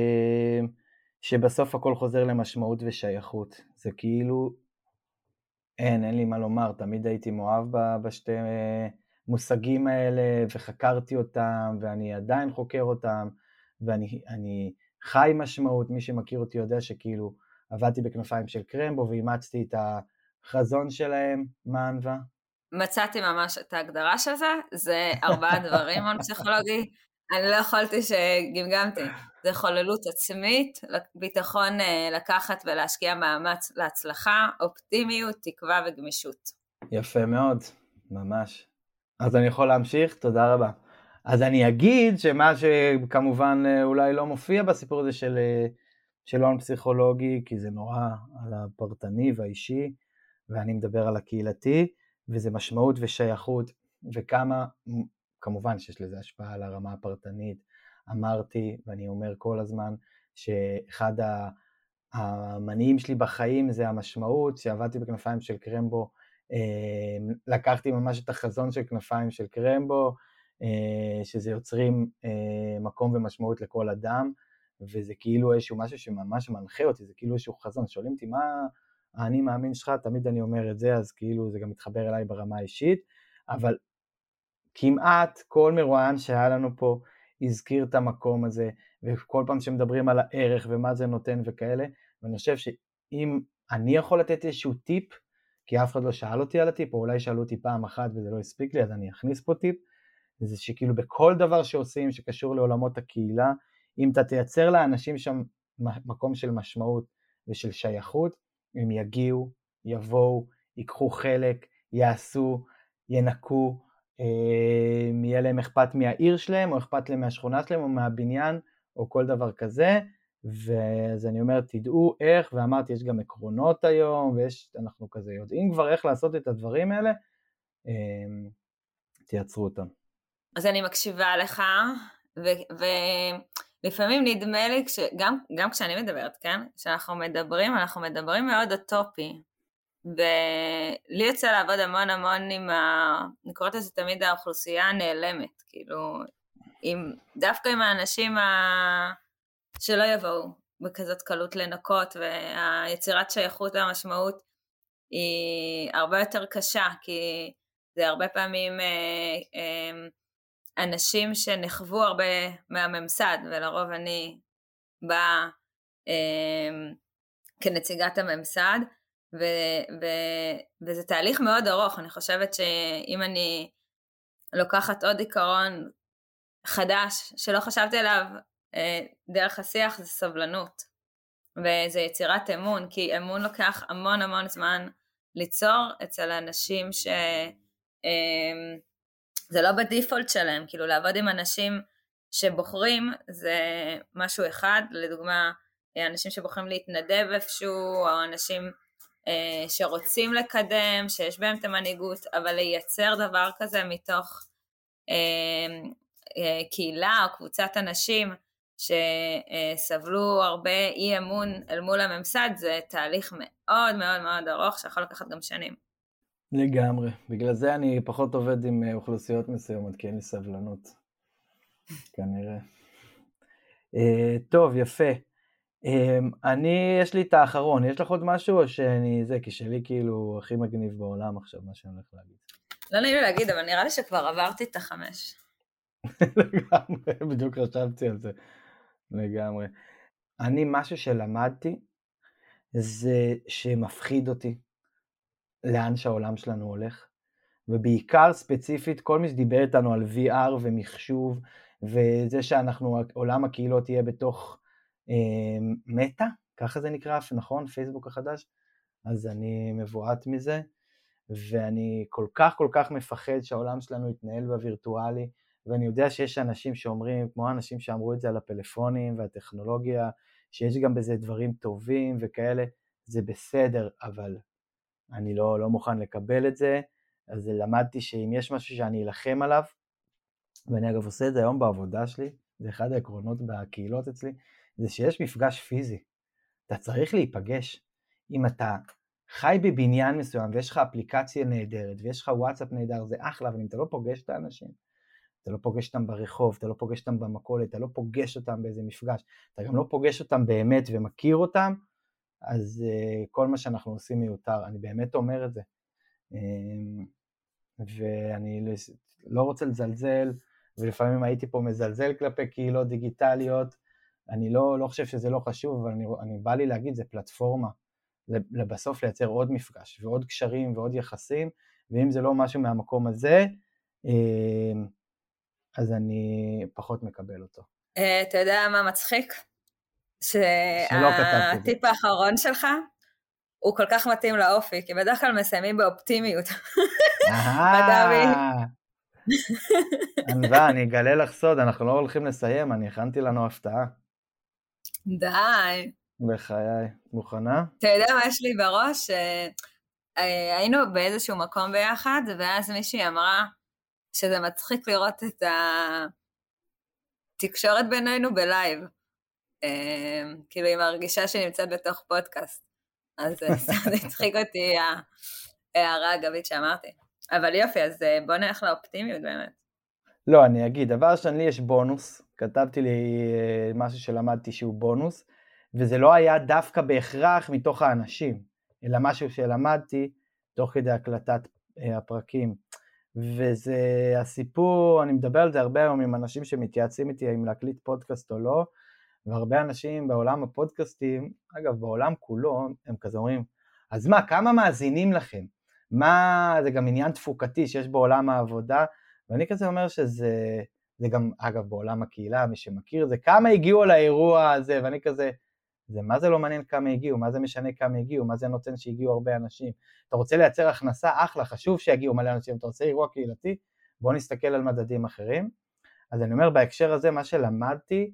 שבסוף הכל חוזר למשמעות ושייכות. זה כאילו, אין לי מה לומר, תמיד הייתי מאוהב בשתי מושגים האלה, וחקרתי אותם, ואני עדיין חוקר אותם, ואני חי משמעות. מי שמכיר אותי יודע שכאילו עבדתי בכנפיים של קרמבו, ואימצתי את החזון שלהם. מה ענווה? מצאתי ממש את ההגדרה של זה, זה 4 דברים הון פסיכולוגי, אני לא יכולתי שגמגמתי, זה חוללות עצמית, ביטחון לקחת ולהשקיע מאמץ להצלחה, אופטימיות, תקווה וגמישות. יפה מאוד, ממש. אז אני יכול להמשיך? תודה רבה. אז אני אגיד שמה שכמובן אולי לא מופיע בסיפור הזה של הון פסיכולוגי, כי זה נורא על הפרטני והאישי, ואני מדבר על הקהילתי, וזה משמעות ושייכות, וכמה, כמובן שיש לזה השפעה על הרמה הפרטנית. אמרתי, ואני אומר כל הזמן, שאחד המניעים שלי בחיים זה המשמעות. שעבדתי בכנפיים של קרמבו, לקחתי ממש את החזון של כנפיים של קרמבו, שזה יוצרים מקום ומשמעות לכל אדם, וזה כאילו איזשהו משהו שממש מנחה אותי, זה כאילו איזשהו חזון. שואלים אותי מה אני מאמין שלך, תמיד אני אומר את זה, אז כאילו זה גם מתחבר אליי ברמה האישית, אבל כמעט כל מרואיין שהיה לנו פה הזכיר את המקום הזה, וכל פעם שמדברים על הערך ומה זה נותן וכאלה, ואני חושב שאם אני יכול לתת איזשהו טיפ, כי אף אחד לא שאל אותי על הטיפ, או אולי שאלו אותי פעם אחת וזה לא הספיק לי, אז אני אכניס פה טיפ, זה שכאילו בכל דבר שעושים שקשור לעולמות הקהילה, אם אתה תייצר לאנשים שם מקום של משמעות ושל שייכות, הם יגיעו, יבואו, ייקחו חלק, יעשו, ינקו, יהיה להם אכפת מהעיר שלהם, או אכפת להם מהשכונה שלהם, או מהבניין, או כל דבר כזה, ואז אני אומר, תדעו איך, ואמרתי, יש גם עקרונות היום, אנחנו כזה יודעים כבר איך לעשות את הדברים האלה, תייצרו אותם. אז אני מקשיבה לך, ולפעמים נדמה לי, גם כשאני מדברת, כן? כשאנחנו מדברים מאוד אוטופי, ולי יוצא לעבוד המון אני קוראת לזה תמיד האוכלוסייה הנעלמת, כאילו, דווקא עם האנשים שלא יבואו בכזאת קלות לנקות, והיצירת שייכות והמשמעות היא הרבה יותר קשה, כי זה הרבה פעמים אנשים שנחוו הרבה מהממסד, ולרוב אני באה כנציגת הממסד, וזה תהליך מאוד ארוך. אני חושבת שאם אני לוקחת עוד עיקרון חדש שלא חשבתי עליו דרך השיח, זה סבלנות, וזה יצירת אמון, כי אמון לוקח המון זמן ליצור אצל אנשים זה לא בדיפולט שלהם, כאילו לעבוד עם אנשים שבוחרים זה משהו אחד, לדוגמה אנשים שבוחרים להתנדב איפשהו, או אנשים שרוצים לקדם, שיש בהם את המנהיגות, אבל לייצר דבר כזה מתוך קהילה או קבוצת אנשים שסבלו הרבה אי אמון אל מול הממסד, זה תהליך מאוד ארוך שיכול לקחת גם שנים. לגמרי, בגלל זה אני פחות עובד עם אוכלוסיות מסוימות, כי אין לי סבלנות, כנראה. טוב, יפה. יש לי את האחרון, יש לך עוד משהו או כי שלי כאילו הכי מגניב בעולם עכשיו, מה שאני הולך להגיד. לא נעים לי להגיד, אבל נראה לי שכבר עברתי את 5. לגמרי, בדיוק חשבתי על זה, לגמרי. משהו שלמדתי, זה שמפחיד אותי לאן שהעולם שלנו הולך, ובעיקר ספציפית כל מי שדיבר איתנו על VR ומחשוב, וזה עולם הקהילות יהיה בתוך מטה, ככה זה נקרא, נכון? פייסבוק החדש, אז אני מבועת מזה, ואני כל כך מפחד שהעולם שלנו יתנהל בווירטואלי, ואני יודע שיש אנשים שאומרים, כמו האנשים שאמרו את זה על הפלאפונים והטכנולוגיה, שיש גם בזה דברים טובים וכאלה, זה בסדר, אבל אני לא מוכן לקבל את זה. אז למדתי שאם יש משהו שאני אלחם עליו, ואני אגב עושה את זה היום בעבודה שלי, זה אחד העקרונות בקהילות אצלי, זה שיש מפגש פיזי. אתה צריך להיפגש. אם אתה חי בבניין מסוים, ויש לך אפליקציה נהדרת, ויש לך וואטסאפ נהדר, זה אחלה, אבל אם אתה לא פוגש את האנשים, אתה לא פוגש אותם ברחוב, אתה לא פוגש אותם במכולת, אתה לא פוגש אותם באיזה מפגש, אתה גם לא פוגש אותם באמת ומכיר אותם, אז כל מה שאנחנו עושים מיותר, אני באמת אומר את זה. ואני לא רוצה לזלזל, ולפעמים הייתי פה מזלזל כלפי קהילות דיגיטליות, אני לא חושב שזה לא חשוב, אבל אני בא לי להגיד, זה פלטפורמה, לבסוף לייצר עוד מפגש, ועוד קשרים ועוד יחסים, ואם זה לא משהו מהמקום הזה, אז אני פחות מקבל אותו. אתה יודע מה מצחיק? שהטיפ האחרון שלך, הוא כל כך מתאים לאופי, כי בדרך כלל מסיימים באופטימיות. אני אגלה לך סוד, אנחנו לא הולכים לסיים, אני הכנתי לנו הפתעה. די. בחיי, מוכנה? אתה יודע מה יש לי בראש? היינו באיזשהו מקום ביחד, ואז מישהי אמרה שזה מצחיק לראות את התקשורת בינינו בלייב. כאילו היא מרגישה שנמצאת בתוך פודקאסט. אז זה הצחיק אותי ההערה האגבית שאמרתי. אבל יופי, אז בוא נלך לאופטימיות באמת. לא, אני אגיד, דבר שני יש בונוס, כתבתי לי משהו שלמדתי שהוא בונוס, וזה לא היה דווקא בהכרח מתוך האנשים, אלא משהו שלמדתי תוך כדי הקלטת הפרקים, וזה הסיפור, אני מדבר על זה הרבה היום עם אנשים שמתייעצים איתי אם להקליט פודקאסט או לא, והרבה אנשים בעולם הפודקאסטים, אגב בעולם כולו, הם כזה אומרים, אז מה, כמה מאזינים לכם? זה גם עניין תפוקתי שיש בעולם העבודה, ואני כזה אומר שזה גם, אגב, בעולם הקהילה, מי שמכיר זה, כמה הגיעו לאירוע הזה, ואני כזה, מה זה לא מעניין כמה הגיעו, מה זה משנה כמה הגיעו, מה זה נותן שהגיעו הרבה אנשים, אתה רוצה לייצר הכנסה, אחלה, חשוב שיגיעו מלא אנשים, אתה רוצה אירוע קהילתי, בוא נסתכל על מדדים אחרים, אז אני אומר, בהקשר הזה, מה שלמדתי,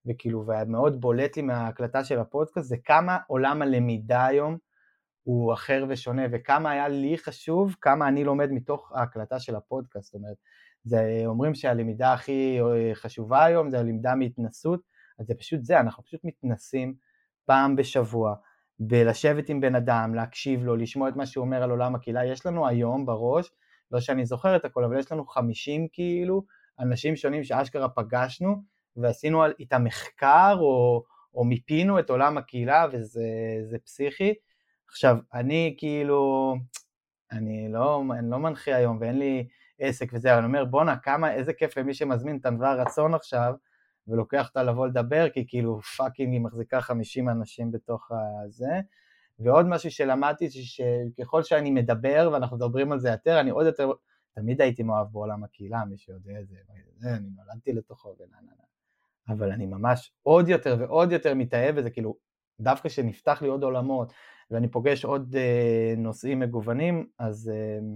וכאילו, ומאוד בולט לי מההקלטה של הפודקאסט, זה כמה עולם הלמידה היום הוא אחר ושונה, וכמה היה לי חשוב, כמה אני לומד מתוך ההקלטה של הפודקאסט, זאת אומרת, אומרים שהלמידה הכי חשובה היום, זה הלמידה מהתנסות, אז זה פשוט זה, אנחנו פשוט מתנסים פעם בשבוע, בלשבת עם בן אדם, להקשיב לו, לשמוע את מה שהוא אומר על עולם הקהילה, יש לנו היום בראש, לא שאני זוכר את הכל, אבל יש לנו 50 כאילו, אנשים שונים שאשכרה פגשנו, ועשינו איתם מחקר, או מיפינו את עולם הקהילה, וזה פסיכי. עכשיו, אני כאילו, אני לא מנחה היום, ואין לי עסק וזה, אבל אני אומר, בונה, איזה כיף למי שמזמין את ענווה רצון עכשיו, ולוקח אותה לבוא לדבר, כי כאילו פאקינג היא מחזיקה 50 אנשים בתוך הזה, ועוד משהו שלמדתי, שככל שאני מדבר, ואנחנו מדברים על זה יותר, אני עוד יותר, תמיד הייתי מאוהב בעולם הקהילה, מי שיודע את זה, אני נולדתי לתוכו, אבל אני ממש עוד יותר ועוד יותר מתאהב בזה, כאילו, דווקא שנפתח לי עוד עולמות, ואני פוגש עוד נושאים מגוונים, אז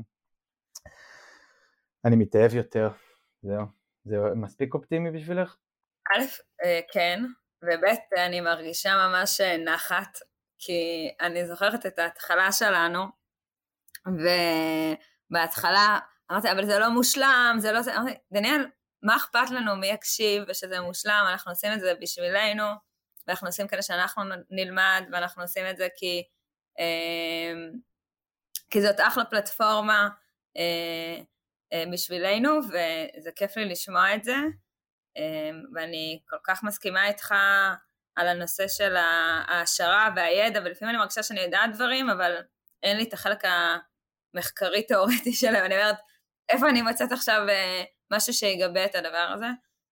אני מתאהב יותר, זהו. זה מספיק אופטימי בשבילך? א', כן, וב', אני מרגישה ממש נחת, כי אני זוכרת את ההתחלה שלנו, ובהתחלה אמרתי, אבל זה לא מושלם, זה לא זה, אמרתי, דניאל, מה אכפת לנו מי יקשיב ושזה מושלם, אנחנו עושים את זה בשבילנו, ואנחנו עושים כדי שאנחנו נלמד, ואנחנו עושים את זה כי זאת אחלה פלטפורמה בשבילנו, וזה כיף לי לשמוע את זה, ואני כל כך מסכימה איתך על הנושא של ההשערה והידע, ולפעמים אני מרגישה שאני יודעת דברים, אבל אין לי את החלק המחקרי תיאורטי שלהם, אני אומרת, איפה אני מצאת עכשיו משהו שיגבה את הדבר הזה?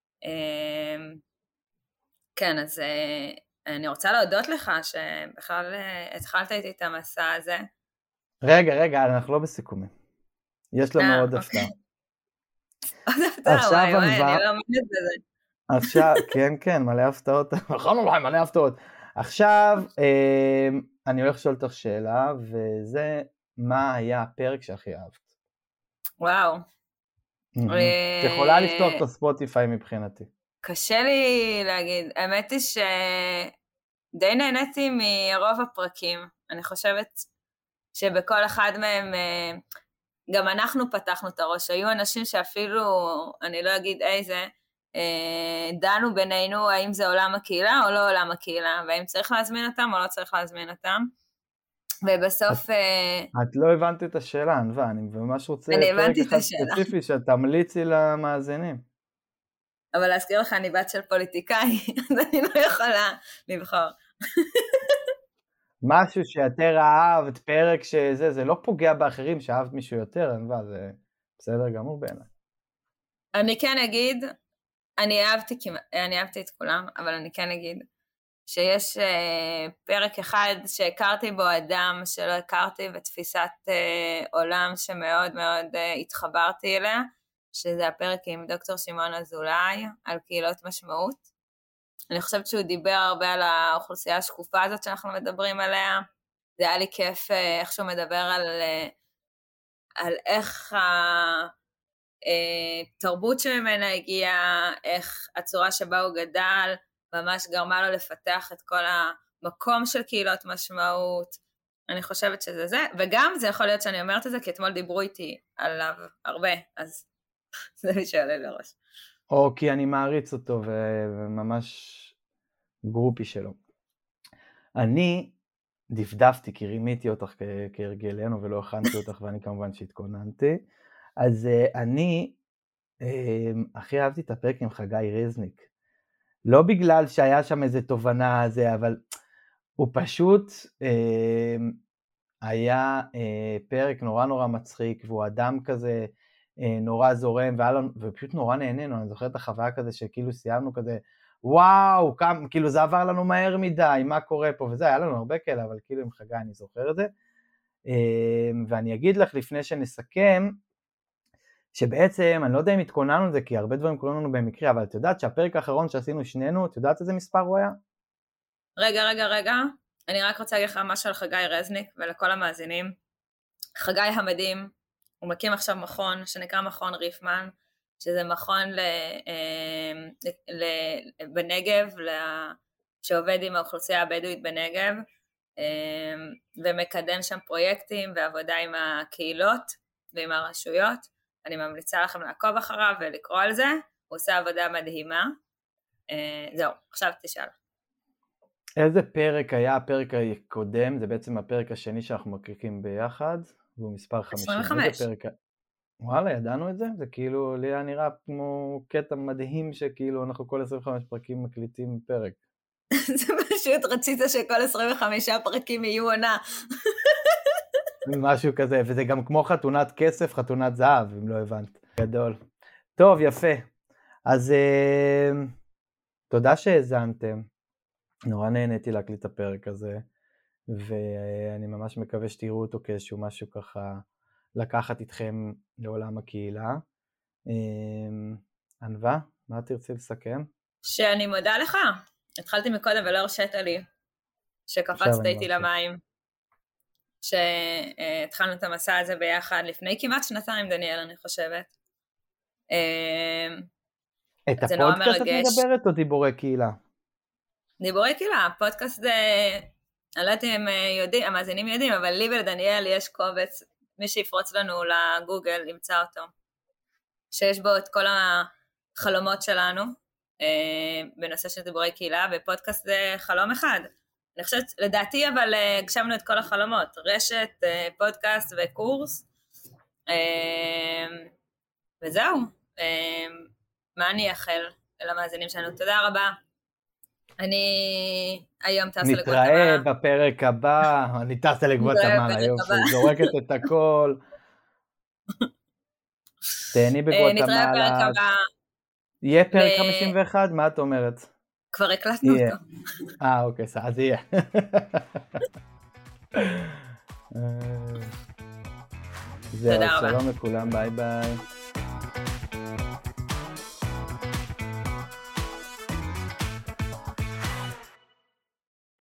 כן, אז אני רוצה להודות לך שבכלל התחלת איתי את המסע הזה. רגע, אנחנו לא בסיכומים. יש לנו עוד הפתעה. עוד הפתעה, וואי, אני לא מאמינת בזה. עכשיו, כן, מלא הפתעות, מלא הפתעות. עכשיו, אני הולך לשאול אותך שאלה, וזה, מה היה הפרק שהכי אהבת? וואו. את יכולה לפתוח את הספוטיפיי מבחינתי. קשה לי להגיד, האמת היא שדי נהניתי מרוב הפרקים, אני חושבת שבכל אחד מהם, גם אנחנו פתחנו את הראש, היו אנשים שאפילו, אני לא אגיד איזה, דנו בינינו האם זה עולם הקהילה או לא עולם הקהילה, והאם צריך להזמין אותם או לא צריך להזמין אותם, ובסוף... את לא הבנת את השאלה, ענווה, אני ממש רוצה פרק אחד ספציפי שתמליצי למאזינים. אבל להזכיר לך, אני בת של פוליטיקאי, אז אני לא יכולה לבחור. משהו שיותר אהבת, פרק שזה, זה לא פוגע באחרים שאהבת מישהו יותר, ענווה, זה בסדר גמור בעיניי. אני כן אגיד, אני אהבתי את כולם, אבל אני כן אגיד שיש פרק אחד שהכרתי בו אדם שלא הכרתי, ותפיסת עולם שמאוד מאוד התחברתי אליה, שזה הפרק עם דוקטור שמעון אזולאי, על קהילות משמעות. אני חושבת שהוא דיבר הרבה על האוכלוסייה השקופה הזאת שאנחנו מדברים עליה, זה היה לי כיף איך שהוא מדבר על איך התרבות שממנה הגיעה, איך הצורה שבה הוא גדל, ממש גרמה לו לפתח את כל המקום של קהילות משמעות, אני חושבת שזה זה, וגם זה יכול להיות שאני אומרת את זה, כי אתמול דיברו איתי עליו הרבה, אז זה מי שעולה לראש. או כי אני מעריץ אותו וממש גרופי שלו. אני דפדפתי, כי רימיתי אותך כהרגלנו ולא הכנתי אותך, ואני כמובן שהתכוננתי, אז אני הכי אהבתי את הפרק עם חגי רזניק. לא בגלל שהיה שם איזה תובנה הזה, אבל הוא פשוט היה פרק נורא מצחיק, והוא אדם כזה נורא זורם, ופשוט נורא נהנינו. אני זוכר את החוויה כזה שכאילו סיימנו כזה, וואו, כאילו זה עבר לנו מהר מדי, מה קורה פה, וזה היה לנו הרבה כאלה, אבל כאילו עם חגי אני זוכר את זה. ואני אגיד לך לפני שנסכם, שבעצם, אני לא יודע אם התכוננו על זה, כי הרבה דברים קוראים לנו במקרה, אבל את יודעת שהפרק האחרון שעשינו שנינו, את יודעת איזה מספר הוא היה? רגע, אני רק רוצה להגיד לך משהו על חגי רזניק, ולכל המאזינים. חגי המדהים, הוא מקים עכשיו מכון, שנקרא מכון ריפמן, שזה מכון בנגב, שעובד עם האוכלוסייה הבדואית בנגב, ומקדם שם פרויקטים ועבודה עם הקהילות ועם הרשויות. אני ממליצה לכם לעקוב אחריו ולקרוא על זה, הוא עושה עבודה מדהימה. זהו, עכשיו תשאל. איזה פרק היה הפרק הקודם? זה בעצם הפרק השני שאנחנו מקליקים ביחד, והוא מספר 50. 25. וואלה, ידענו את זה? זה כאילו, לי היה נראה כמו קטע מדהים שכאילו אנחנו כל 25 פרקים מקליטים פרק. זה פשוט, רצית שכל 25 פרקים יהיו עונה. משהו כזה, וזה גם כמו חתונת כסף, חתונת זהב, אם לא הבנת. גדול. טוב, יפה. אז תודה שהאזנתם. נורא נהניתי להקליט את הפרק הזה, ואני ממש מקווה שתראו אותו כאיזשהו משהו ככה, לקחת איתכם לעולם הקהילה. ענווה, מה תרצי לסכם? שאני מודה לך. התחלתי מקודם ולא הרשית לי, שקפצת איתי למים, שהתחלנו את המסע הזה ביחד לפני כמעט שנתיים, דניאל, אני חושבת. את הפודקאסט את מדברת או דיבורי קהילה? דיבורי קהילה, הפודקאסט זה, אני לא יודעת אם יודעים, המאזינים יודעים, אבל לי ולדניאל יש קובץ, מי שיפרוץ לנו לגוגל ימצא אותו, שיש בו את כל החלומות שלנו, בנושא של דיבורי קהילה, ופודקאסט זה חלום אחד. אני חושבת, לדעתי, אבל הגשמנו את כל החלומות, רשת, פודקאסט וקורס, וזהו. מה אני אאחל למאזינים שלנו? תודה רבה. אני היום טסה לגואטמלה. נתראה בפרק הבא, אני טסה לגואטמלה היום, זורקת את הכל. תהני בגואטמלה. נתראה בפרק הבא. יהיה פרק 51? מה את אומרת? כבר הקלטנו אותו. אוקיי, אז יהיה. תודה רבה. שלום לכולם, ביי ביי.